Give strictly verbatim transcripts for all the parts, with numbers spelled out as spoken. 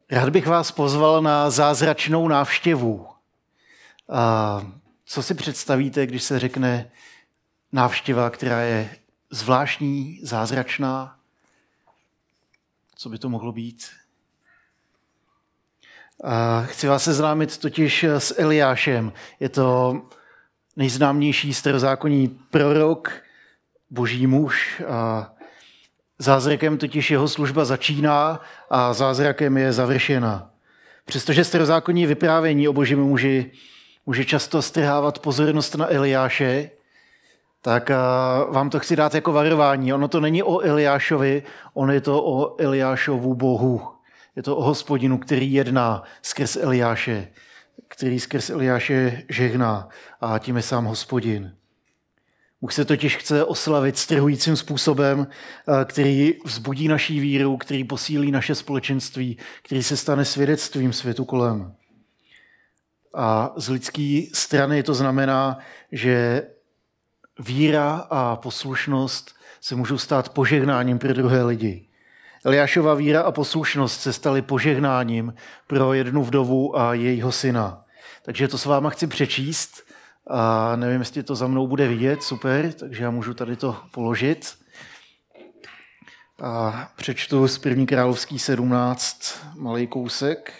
Rád bych vás pozval na zázračnou návštěvu. A co si představíte, když se řekne návštěva, která je zvláštní, zázračná? Co by to mohlo být? A chci vás seznámit totiž s Eliášem. Je to nejznámější starozákonní prorok, boží muž. A zázrakem totiž jeho služba začíná a zázrakem je završena. Přestože starozákonní vyprávění o božím muži může často strhávat pozornost na Eliáše, tak vám to chci dát jako varování. Ono to není o Eliášovi, ono je to o Eliášovu Bohu. Je to o Hospodinu, který jedná skrz Eliáše, který skrz Eliáše žehná a tím je sám Hospodin. Bůh se totiž chce oslavit strhujícím způsobem, který vzbudí naší víru, který posílí naše společenství, který se stane svědectvím světu kolem. A z lidské strany to znamená, že víra a poslušnost se můžou stát požehnáním pro druhé lidi. Eliášova víra a poslušnost se staly požehnáním pro jednu vdovu a jejího syna. Takže to s váma chci přečíst. A nevím, jestli to za mnou bude vidět, super, takže já můžu tady to položit. A přečtu z první královský sedmnáct, malý kousek.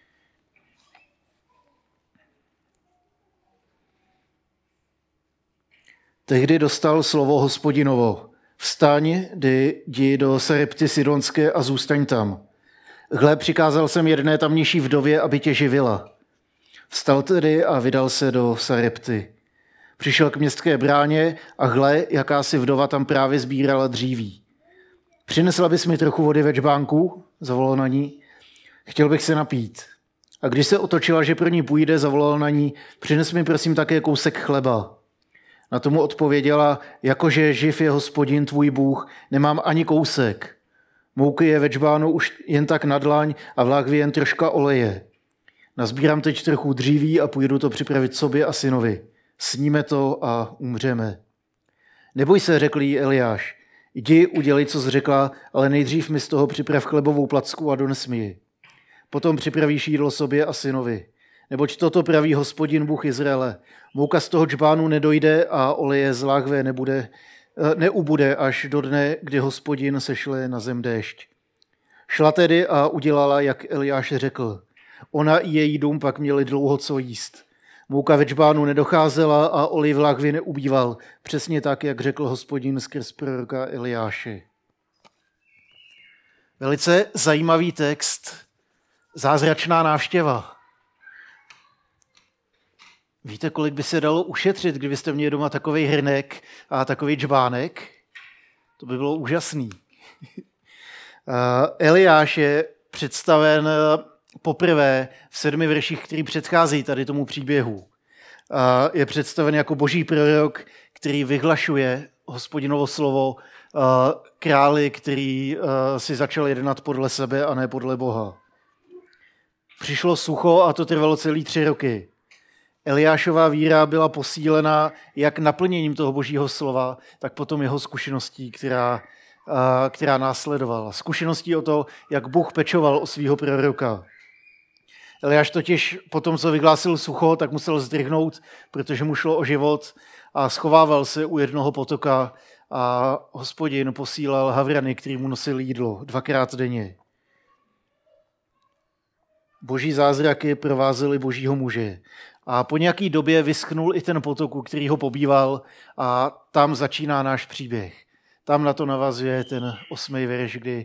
Tehdy dostal slovo Hospodinovo. Vstaň, jdi do Sarepty Sidonské a zůstaň tam. Hle, přikázal jsem jedné tamnější vdově, aby tě živila. Vstal tedy a vydal se do Sarepty. Přišel k městské bráně a hle, jakási vdova tam právě sbírala dříví. Přinesla bys mi trochu vody ve džbánku? Zavolal na ní. Chtěl bych se napít. A když se otočila, že pro ní půjde, zavolal na ní. Přines mi prosím také kousek chleba. Na tomu odpověděla, jakože živ je Hospodin tvůj Bůh, nemám ani kousek. Mouky je ve džbánu už jen tak na dlaň a v láhvi jen troška oleje. Nazbírám teď trochu dříví a půjdu to připravit sobě a synovi. Sníme to a umřeme. Neboj se, řekl jí Eliáš. Jdi, udělej, co jsi řekla, ale nejdřív mi z toho připrav chlebovou placku a dones mi ji. Potom připravíš jídlo sobě a synovi. Neboť toto praví Hospodin Bůh Izraele. Mouka z toho džbánu nedojde a oleje z láhve nebude, neubude až do dne, kdy Hospodin sešle na zem déšť. Šla tedy a udělala, jak Eliáš řekl. Ona i její dům pak měli dlouho co jíst. Mouka ve džbánu nedocházela a olej v láhvi neubýval. Přesně tak, jak řekl Hospodin skrz proroka Eliáše. Velice zajímavý text. Zázračná návštěva. Víte, kolik by se dalo ušetřit, kdybyste měli doma takovej hrnek a takový džbánek? To by bylo úžasný. Eliáš je představen poprvé v sedmi verších, který předchází tady tomu příběhu. Je představen jako boží prorok, který vyhlašuje Hospodinovo slovo králi, který si začal jednat podle sebe a ne podle Boha. Přišlo sucho a to trvalo celý tři roky. Eliášova víra byla posílena jak naplněním toho božího slova, tak potom jeho zkušeností, která, která následovala. Zkušeností o to, jak Bůh pečoval o svého proroka. Eliáš totiž po tom, co vyhlásil sucho, tak musel zdrhnout, protože mu šlo o život a schovával se u jednoho potoka a Hospodin posílal havrany, který mu nosil jídlo dvakrát denně. Boží zázraky provázely božího muže. A po nějaký době vyschnul i ten potok, u který ho pobýval a tam začíná náš příběh. Tam na to navazuje ten osmý verš, kdy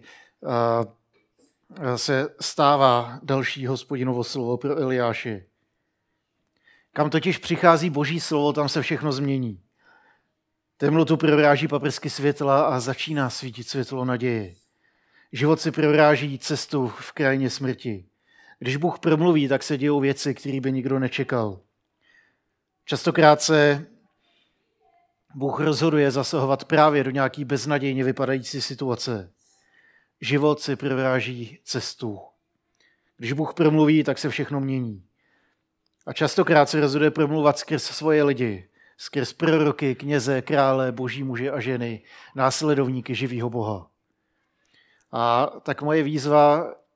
se stává další Hospodinovo slovo pro Eliáše. Kam totiž přichází boží slovo, tam se všechno změní. Temnotu proráží paprsky světla a začíná svítit světlo naděje. Život si proráží cestu v krajině smrti. Když Bůh promluví, tak se dějou věci, které by nikdo nečekal. Častokrát se Bůh rozhoduje zasahovat právě do nějaký beznadějně vypadající situace. Život si proráží cestu. Když Bůh promluví, tak se všechno mění. A častokrát se rozhoduje promluvat skrz svoje lidi, skrz proroky, kněze, krále, boží muže a ženy, následovníky živého Boha. A tak moje výzva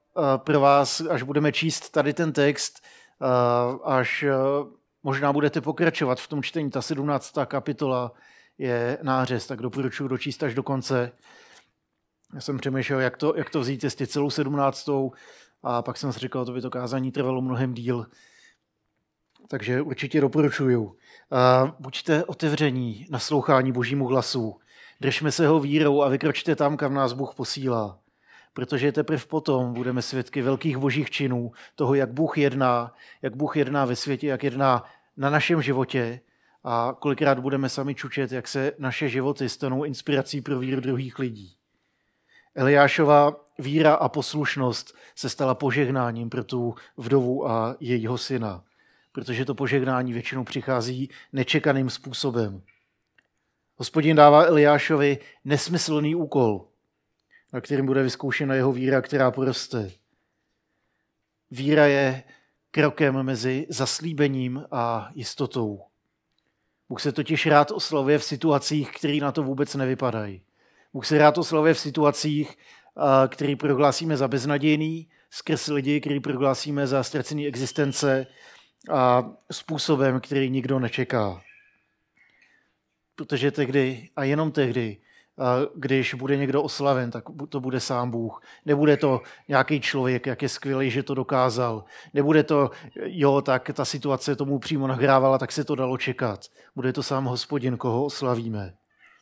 pro vás, až budeme číst tady ten text, až možná budete pokračovat v tom čtení. Ta sedmnáctá kapitola je nářez, tak doporučuji dočíst až do konce. Já jsem přemýšlel, jak to, jak to vzít, jestli celou sedmnáctou, a pak jsem si říkal, to by to kázání trvalo mnohem díl. Takže určitě doporučuju. Buďte otevření naslouchání Božímu hlasu. Držme se ho vírou a vykročte tam, kam nás Bůh posílá. Protože teprve potom budeme svědky velkých božích činů, toho, jak Bůh jedná, jak Bůh jedná ve světě, jak jedná na našem životě a kolikrát budeme sami čučet, jak se naše životy stanou inspirací pro víru druhých lidí. Eliášova víra a poslušnost se stala požehnáním pro tu vdovu a jejího syna, protože to požehnání většinou přichází nečekaným způsobem. Hospodin dává Eliášovi nesmyslný úkol, na kterým bude vyzkoušena jeho víra, která poroste. Víra je krokem mezi zaslíbením a jistotou. Bůh se totiž rád oslavuje v situacích, které na to vůbec nevypadají. Bůh se rád oslavuje v situacích, které prohlásíme za beznadějný, skrz lidi, který prohlásíme za ztracený existence a způsobem, který nikdo nečeká. Protože tehdy a jenom tehdy, když bude někdo oslaven, tak to bude sám Bůh. Nebude to nějaký člověk, jak je skvělý, že to dokázal. Nebude to, jo, tak ta situace tomu přímo nahrávala, tak se to dalo čekat. Bude to sám Hospodin, koho oslavíme.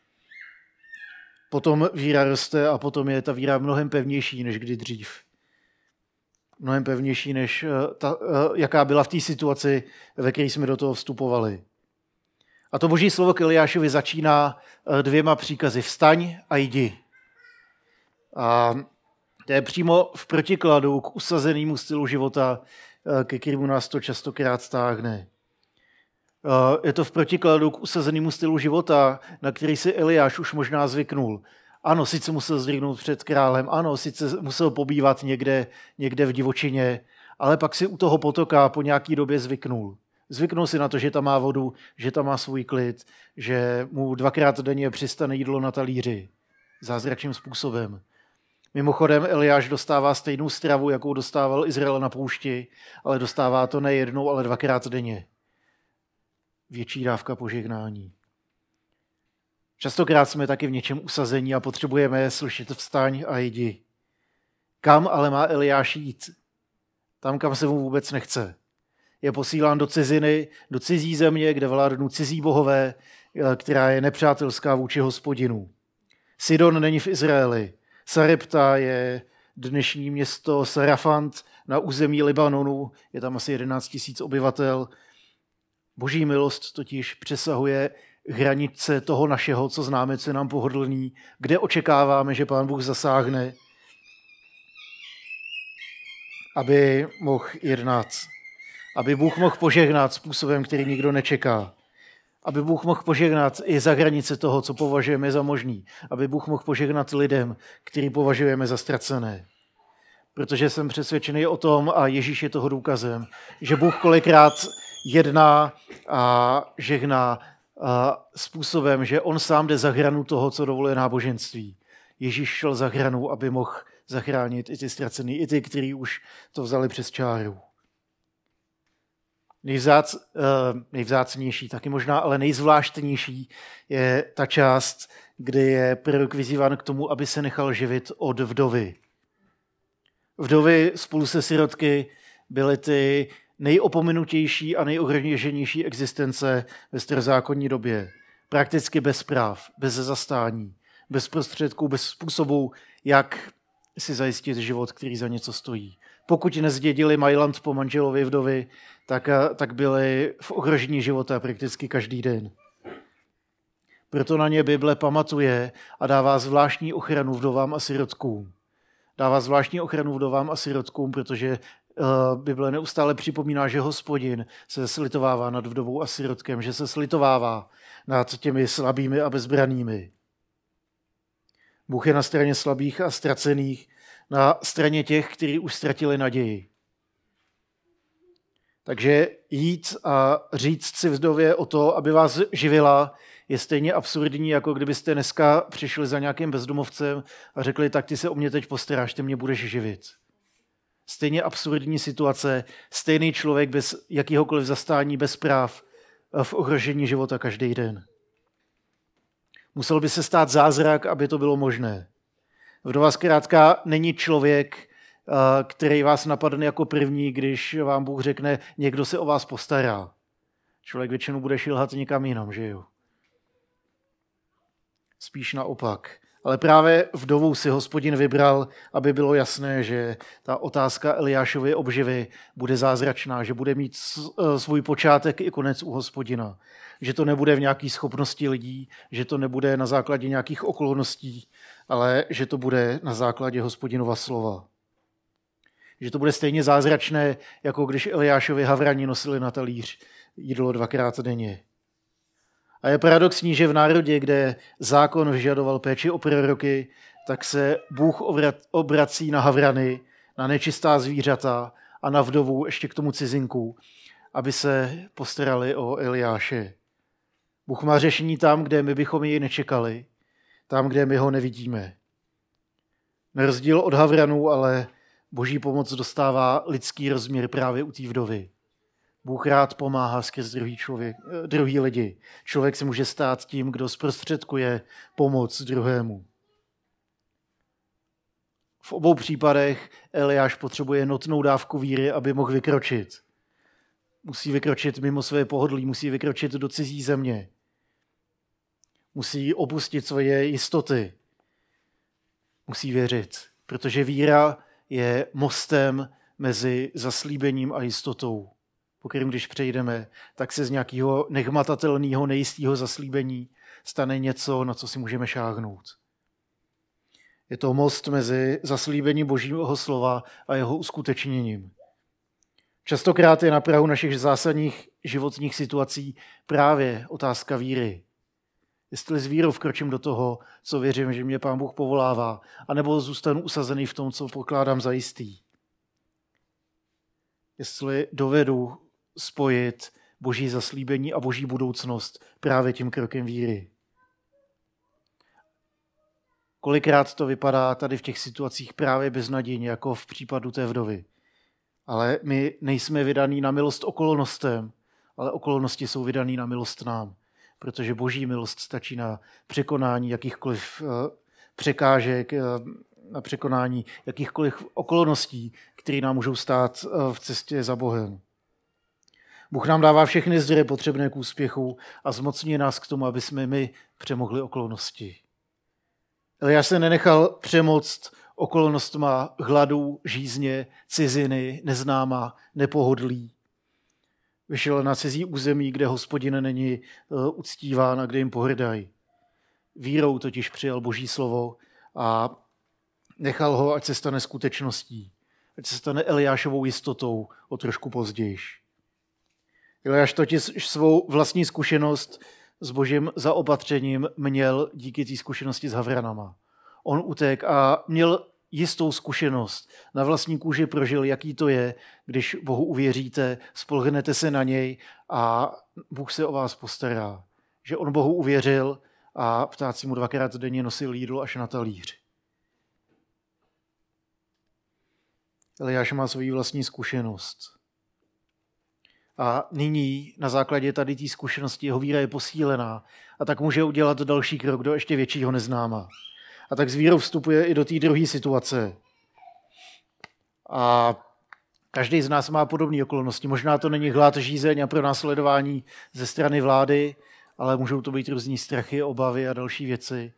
Potom víra roste a potom je ta víra mnohem pevnější, než kdy dřív. Mnohem pevnější, než ta, jaká byla v té situaci, ve které jsme do toho vstupovali. A to boží slovo k Eliášovi začíná dvěma příkazy. Vstaň a jdi. A to je přímo v protikladu k usazenému stylu života, ke kterému nás to častokrát stáhne. Je to v protikladu k usazenému stylu života, na který si Eliáš už možná zvyknul. Ano, sice musel zdrhnout před králem, ano, sice musel pobývat někde, někde v divočině, ale pak si u toho potoka po nějaký době zvyknul. Zvyknul si na to, že tam má vodu, že tam má svůj klid, že mu dvakrát denně přistane jídlo na talíři. Zázračným způsobem. Mimochodem Eliáš dostává stejnou stravu, jakou dostával Izrael na poušti, ale dostává to ne jednou, ale dvakrát denně. Větší dávka požehnání. Častokrát jsme taky v něčem usazení a potřebujeme slyšet vstaň a jdi. Kam ale má Eliáš jít? Tam, kam se mu vůbec nechce. Je posílán do ciziny, do cizí země, kde vládnou cizí bohové, která je nepřátelská vůči Hospodinu. Sidon není v Izraeli. Sarepta je dnešní město Sarafant na území Libanonu, je tam asi jedenáct tisíc obyvatel. Boží milost totiž přesahuje hranice toho našeho, co známe, co je nám pohodlný, kde očekáváme, že Pán Bůh zasáhne, aby mohl jednat. Aby Bůh mohl požehnat způsobem, který nikdo nečeká. Aby Bůh mohl požehnat i za hranice toho, co považujeme za možný. Aby Bůh mohl požehnat lidem, který považujeme za ztracené. Protože jsem přesvědčený o tom, a Ježíš je toho důkazem, že Bůh kolikrát jedná a žehná a způsobem, že on sám jde za hranu toho, co dovoluje náboženství. Ježíš šel za hranu, aby mohl zachránit i ty ztracený, i ty, kteří už to vzali přes čáru. Nejvzác, nejvzácnější, taky možná, ale nejzvláštnější je ta část, kdy je prorok vyzýván k tomu, aby se nechal živit od vdovy. Vdovy spolu se sirotky byly ty nejopomenutější a nejohroženější existence ve starozákonní době. Prakticky bez práv, bez zastání, bez prostředků, bez způsobu, jak si zajistit život, který za něco stojí. Pokud nezdědili Majland po manželovi vdovy, tak, tak byli v ohrožení života prakticky každý den. Proto na ně Bible pamatuje a dává zvláštní ochranu vdovám a sirotkům. Dává zvláštní ochranu vdovám a sirotkům, protože uh, Bible neustále připomíná, že Hospodin se slitovává nad vdovou a sirotkem, že se slitovává nad těmi slabými a bezbrannými. Bůh je na straně slabých a ztracených, na straně těch, kteří už ztratili naději. Takže jít a říct si vdově o to, aby vás živila, je stejně absurdní, jako kdybyste dneska přišli za nějakým bezdomovcem a řekli, tak ty se o mě teď postaráš, ty mě budeš živit. Stejně absurdní situace, stejný člověk bez jakýhokoliv zastání, bez práv, v ohrožení života každý den. Musel by se stát zázrak, aby to bylo možné. Vdova zkrátka není člověk, který vás napadne jako první, když vám Bůh řekne, někdo se o vás postará. Člověk většinou bude šilhat někam jinam, že jo? Spíš naopak. Ale právě vdovu si Hospodin vybral, aby bylo jasné, že ta otázka Eliášovy obživy bude zázračná, že bude mít svůj počátek i konec u Hospodina. Že to nebude v nějaké schopnosti lidí, že to nebude na základě nějakých okolností, ale že to bude na základě Hospodinova slova. Že to bude stejně zázračné, jako když Eliášovi havrani nosili na talíř jídlo dvakrát denně. A je paradoxní, že v národě, kde zákon vyžadoval péči o proroky, tak se Bůh obrací na havrany, na nečistá zvířata a na vdovu, ještě k tomu cizinku, aby se postarali o Eliáše. Bůh má řešení tam, kde my bychom jej nečekali, tam, kde my ho nevidíme. Na rozdíl od havranů, ale Boží pomoc dostává lidský rozměr právě u té vdovy. Bůh rád pomáhá skrz druhý, člověk, druhý lidi. Člověk se může stát tím, kdo zprostředkuje pomoc druhému. V obou případech Eliáš potřebuje notnou dávku víry, aby mohl vykročit. Musí vykročit mimo své pohodlí, musí vykročit do cizí země. Musí opustit svoje jistoty. Musí věřit, protože víra je mostem mezi zaslíbením a jistotou, po kterém když přejdeme, tak se z nějakého nehmatatelného, nejistého zaslíbení stane něco, na co si můžeme šáhnout. Je to most mezi zaslíbením Božího slova a jeho uskutečněním. Častokrát je na prahu našich zásadních životních situací právě otázka víry. Jestli s vírou vkročím do toho, co věřím, že mě Pán Bůh povolává, anebo zůstanu usazený v tom, co pokládám za jistý. Jestli dovedu spojit Boží zaslíbení a Boží budoucnost právě tím krokem víry. Kolikrát to vypadá tady v těch situacích právě beznadějně, jako v případu té vdovy. Ale my nejsme vydaní na milost okolnostem, ale okolnosti jsou vydaný na milost nám. Protože Boží milost stačí na překonání jakýchkoliv překážek, na překonání jakýchkoliv okolností, které nám můžou stát v cestě za Bohem. Bůh nám dává všechny zdroje potřebné k úspěchu a zmocňuje nás k tomu, aby jsme my přemohli okolnosti. Eliáš se nenechal přemoct okolnostma hladu, žízně, ciziny, neznáma, nepohodlí. Vyšel na cizí území, kde Hospodin není uctíván a kde jim pohrdají. Vírou totiž přijal Boží slovo a nechal ho, ať se stane skutečností. Ať se stane Eliášovou jistotou o trošku později. Eliáš totiž svou vlastní zkušenost s Božím zaopatřením měl díky té zkušenosti s havranama. On utek a měl jistou zkušenost. Na vlastní kůži prožil, jaký to je, když Bohu uvěříte, spolehnete se na něj a Bůh se o vás postará. Že on Bohu uvěřil a ptáci mu dvakrát denně nosil jídlo až na talíř. Eliáš má svoji vlastní zkušenost. A nyní na základě tady té zkušenosti jeho víra je posílená a tak může udělat další krok do ještě většího neznáma. A tak s vírou vstupuje i do té druhé situace. A každý z nás má podobné okolnosti. Možná to není hlad, žízeň a pronásledování ze strany vlády, ale můžou to být různý strachy, obavy a další věci.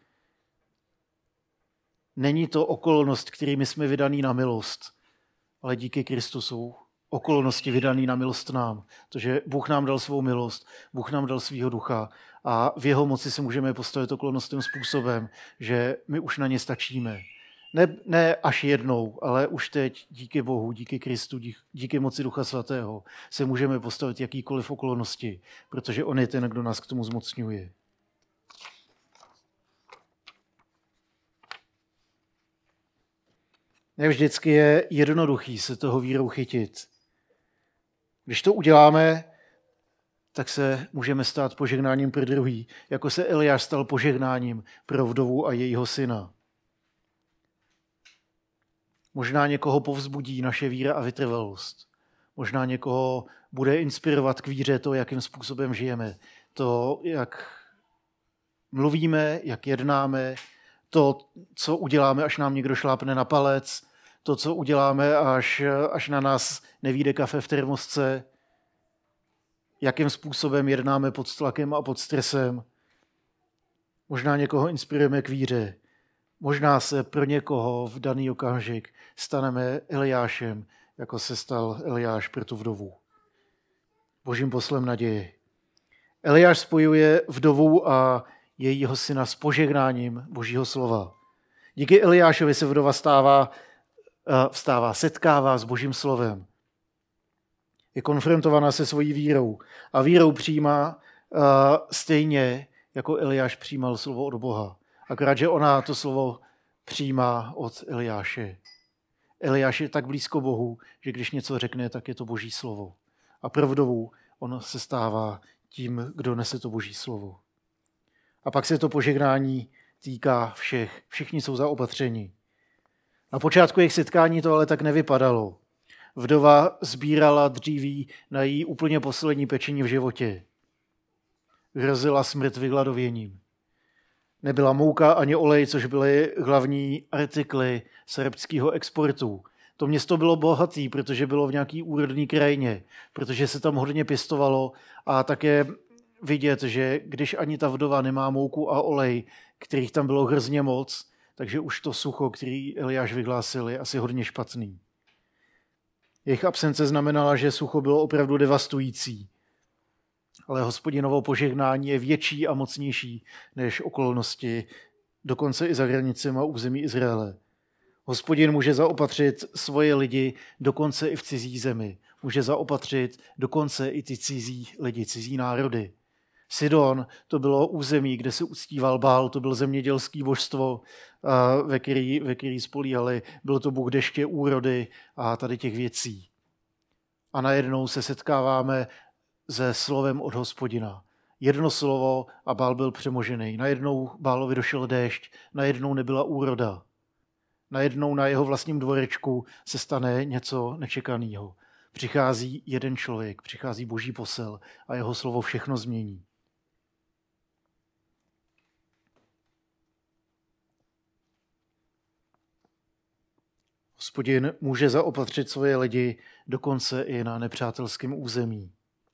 Není to okolnost, kterými jsme vydaný na milost, ale díky Kristu jsou okolnosti vydaný na milost nám. Protože Bůh nám dal svou milost, Bůh nám dal svýho ducha a v jeho moci se můžeme postavit okolnostem způsobem, že my už na ně stačíme. Ne, ne až jednou, ale už teď díky Bohu, díky Kristu, díky, díky moci Ducha Svatého se můžeme postavit jakýkoliv okolnosti, protože on je ten, kdo nás k tomu zmocňuje. Ne vždycky je jednoduchý se toho vírou chytit. Když to uděláme, tak se můžeme stát požehnáním pro druhý, jako se Eliáš stal požehnáním pro vdovu a jejího syna. Možná někoho povzbudí naše víra a vytrvalost. Možná někoho bude inspirovat k víře to, jakým způsobem žijeme. To, jak mluvíme, jak jednáme, to, co uděláme, až nám někdo šlápne na palec, to, co uděláme, až, až na nás nevyjde kafe v termosce, jakým způsobem jednáme pod tlakem a pod stresem. Možná někoho inspirujeme k víře. Možná se pro někoho v daný okamžik staneme Eliášem, jako se stal Eliáš pro tu vdovu. Božím poslem naděje. Eliáš spojuje vdovu a jejího syna s požehnáním Božího slova. Díky Eliášovi se vdova stává, vstává, setkává s Božím slovem. Je konfrontovaná se svojí vírou a vírou přijímá stejně, jako Eliáš přijímal slovo od Boha. Akorát, že ona to slovo přijímá od Eliáše. Eliáš je tak blízko Bohu, že když něco řekne, tak je to Boží slovo. A pro vdovu on se stává tím, kdo nese to Boží slovo. A pak se to požehnání týká všech. Všichni jsou zaopatřeni. Na počátku jejich setkání to ale tak nevypadalo. Vdova sbírala dříví na její úplně poslední pečení v životě. Hrozila smrt vyhladověním. Nebyla mouka ani olej, což byly hlavní artikly serbského exportu. To město bylo bohatý, protože bylo v nějaký úrodný krajině, protože se tam hodně pěstovalo a také vidět, že když ani ta vdova nemá mouku a olej, kterých tam bylo hrozně moc, takže už to sucho, který Eliáš vyhlásil, je asi hodně špatný. Jejich absence znamenala, že sucho bylo opravdu devastující. Ale Hospodinovo požehnání je větší a mocnější než okolnosti, dokonce i za hranicemi území Izraele. Hospodin může zaopatřit svoje lidi dokonce i v cizí zemi. Může zaopatřit dokonce i ty cizí lidi, cizí národy. Sidon to bylo území, kde se uctíval Bál, to byl zemědělský božstvo, ve který, ve který spolíhali. Byl to bůh deště, úrody a tady těch věcí. A najednou se setkáváme se slovem od Hospodina. Jedno slovo a Bál byl přemožený. Najednou Bálovi došel déšť, najednou nebyla úroda. Najednou na jeho vlastním dvorečku se stane něco nečekaného. Přichází jeden člověk, přichází Boží posel a jeho slovo všechno změní. Hospodin může zaopatřit svoje lidi dokonce i na nepřátelském území.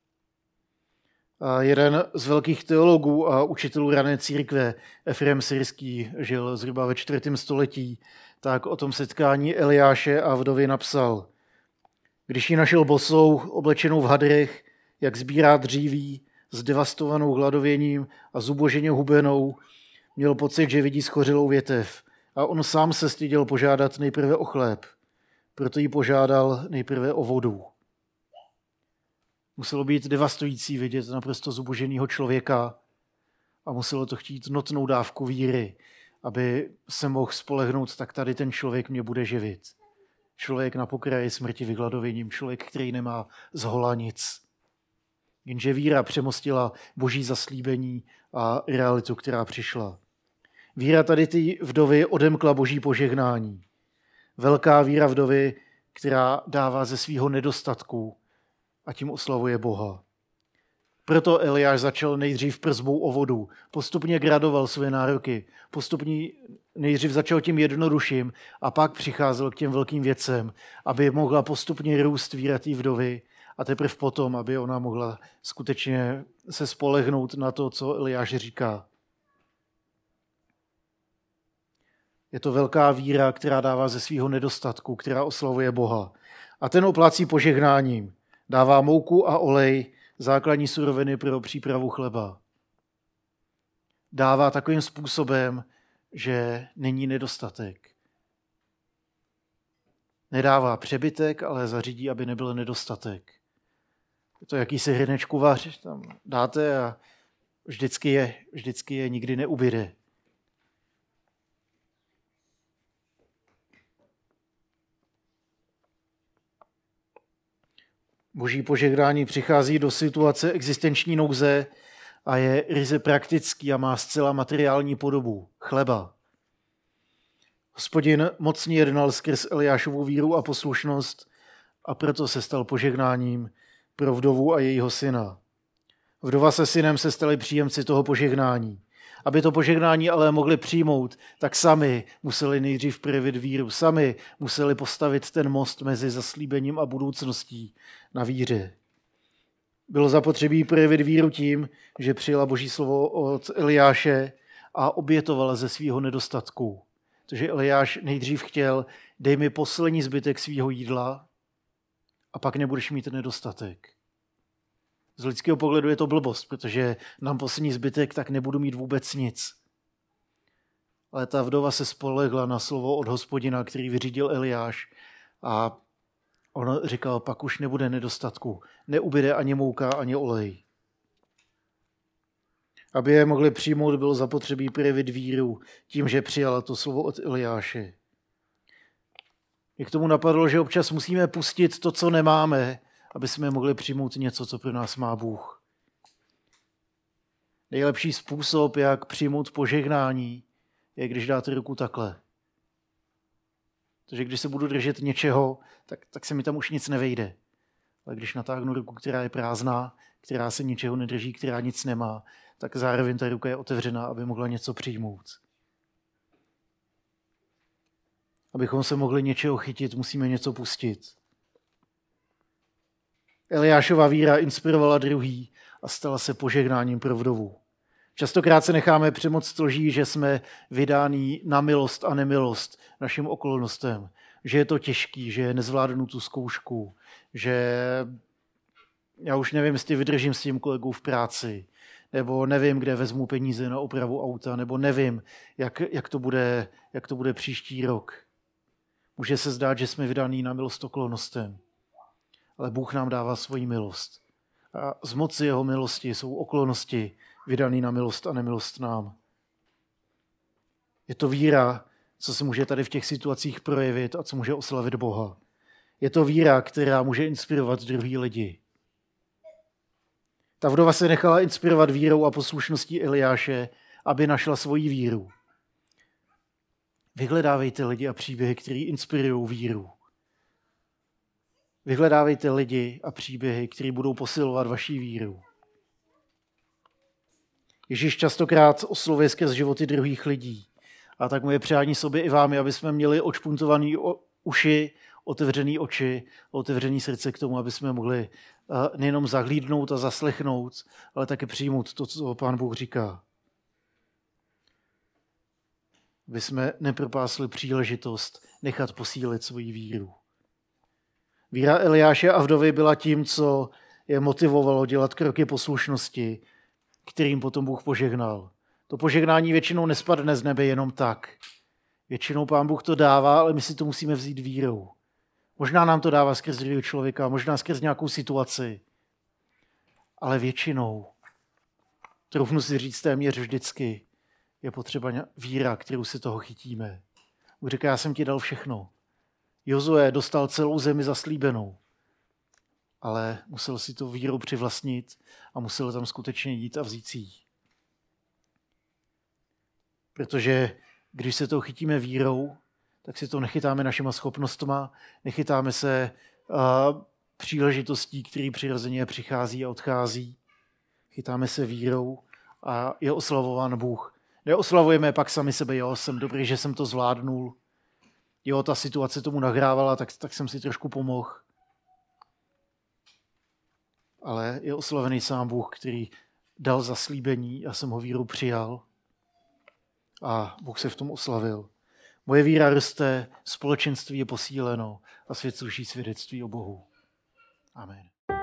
A jeden z velkých teologů a učitelů rané církve, Efrem Syrský, žil zhruba ve čtvrtém století, tak o tom setkání Eliáše a vdovy napsal: Když ji našel bosou, oblečenou v hadrech, jak sbírá dříví, zdevastovanou hladověním a zuboženě hubenou, měl pocit, že vidí schořelou větev. A on sám se styděl požádat nejprve o chléb, proto jí požádal nejprve o vodu. Muselo být devastující vidět naprosto zuboženého člověka a muselo to chtít notnou dávku víry, aby se mohl spolehnout, tak tady ten člověk mě bude živit. Člověk na pokraji smrti vyhladověním, člověk, který nemá zhola nic. Jenže víra přemostila Boží zaslíbení a realitu, která přišla. Víra tady ty vdovy odemkla Boží požehnání. Velká víra vdovy, která dává ze svého nedostatku a tím oslavuje Boha. Proto Eliáš začal nejdřív prsbou o vodu, postupně gradoval své nároky, postupně nejdřív začal tím jednodušším a pak přicházel k těm velkým věcem, aby mohla postupně růst víra té vdovy a teprve potom, aby ona mohla skutečně se spolehnout na to, co Eliáš říká. Je to velká víra, která dává ze svého nedostatku, která oslavuje Boha. A ten oplácí požehnáním. Dává mouku a olej, základní suroviny pro přípravu chleba. Dává takovým způsobem, že není nedostatek. Nedává přebytek, ale zařídí, aby nebyl nedostatek. Je to jakýsi hrnečkuvař, tam dáte a vždycky je, vždycky je, nikdy neubyde. Boží požehnání přichází do situace existenční nouze a je ryze praktický a má zcela materiální podobu, chleba. Hospodin mocně jednal skrz Eliášovu víru a poslušnost a proto se stal požehnáním pro vdovu a jejího syna. Vdova se synem se stali příjemci toho požehnání. Aby to požehnání ale mohli přijmout, tak sami museli nejdřív projevit víru. Sami museli postavit ten most mezi zaslíbením a budoucností na víře. Bylo zapotřebí projevit víru tím, že přijala Boží slovo od Eliáše a obětovala ze svého nedostatku. Takže Eliáš nejdřív chtěl, dej mi poslední zbytek svého jídla a pak nebudeš mít nedostatek. Z lidského pohledu je to blbost, protože nám poslední zbytek, tak nebudu mít vůbec nic. Ale ta vdova se spolehla na slovo od Hospodina, který vyřídil Eliáš a on říkal, pak už nebude nedostatku, neubyde ani mouka, ani olej. Aby je mohli přijmout, bylo zapotřebí projevit víru tím, že přijala to slovo od Eliáše. Mě k tomu napadlo, že občas musíme pustit to, co nemáme, aby jsme mohli přijmout něco, co pro nás má Bůh. Nejlepší způsob, jak přijmout požehnání, je, když dáte ruku takhle. Takže když se budu držet něčeho, tak, tak se mi tam už nic nevejde. Ale když natáhnu ruku, která je prázdná, která se ničeho nedrží, která nic nemá, tak zároveň ta ruka je otevřená, aby mohla něco přijmout. Abychom se mohli něčeho chytit, musíme něco pustit. Eliášova víra inspirovala druhý a stala se požehnáním pro vdovu. Častokrát se necháme přemoct lží, že jsme vydáni na milost a nemilost našim okolnostem, že je to těžký, že nezvládnu tu zkoušku, že já už nevím, jestli vydržím s tím kolegou v práci, nebo nevím, kde vezmu peníze na opravu auta, nebo nevím, jak, jak, to, bude, jak to bude příští rok. Může se zdát, že jsme vydáni na milost okolnostem, ale Bůh nám dává svoji milost. A z moci jeho milosti jsou okolnosti vydaný na milost a nemilost nám. Je to víra, co se může tady v těch situacích projevit a co může oslavit Boha. Je to víra, která může inspirovat druhý lidi. Ta vdova se nechala inspirovat vírou a poslušností Eliáše, aby našla svoji víru. Vyhledávejte lidi a příběhy, které inspirují víru. Vyhledávejte lidi a příběhy, které budou posilovat vaši víru. Ježíš častokrát oslovuje skrz životy druhých lidí. A tak moje přání sobě i vám, aby jsme měli odšpuntované uši, otevřené oči, otevřené srdce k tomu, aby jsme mohli nejenom zahlídnout a zaslechnout, ale také přijmout to, co Pán Bůh říká. Aby jsme nepropásli příležitost nechat posílit svoji víru. Víra Eliáše a vdovy byla tím, co je motivovalo dělat kroky poslušnosti, kterým potom Bůh požehnal. To požehnání většinou nespadne z nebe jenom tak. Většinou Pán Bůh to dává, ale my si to musíme vzít vírou. Možná nám to dává skrz druhého člověka, možná skrz nějakou situaci. Ale většinou, troufnu si říct téměř vždycky, je potřeba víra, kterou si toho chytíme. Bůh říká, já jsem ti dal všechno. Jozue dostal celou zemi zaslíbenou, ale musel si to vírou přivlastnit a musel tam skutečně jít a vzít si ji. Protože když se toho chytíme vírou, tak si to nechytáme našima schopnostma, nechytáme se uh, příležitostí, které přirozeně přichází a odchází. Chytáme se vírou a je oslavován Bůh. Neoslavujeme pak sami sebe, jo, jsem dobrý, že jsem to zvládnul. Jo, ta situace tomu nahrávala, tak, tak jsem si trošku pomohl. Ale je oslavený sám Bůh, který dal zaslíbení a jsem ho víru přijal. A Bůh se v tom oslavil. Moje víra roste, společenství je posíleno a svět sluší svědectví o Bohu. Amen.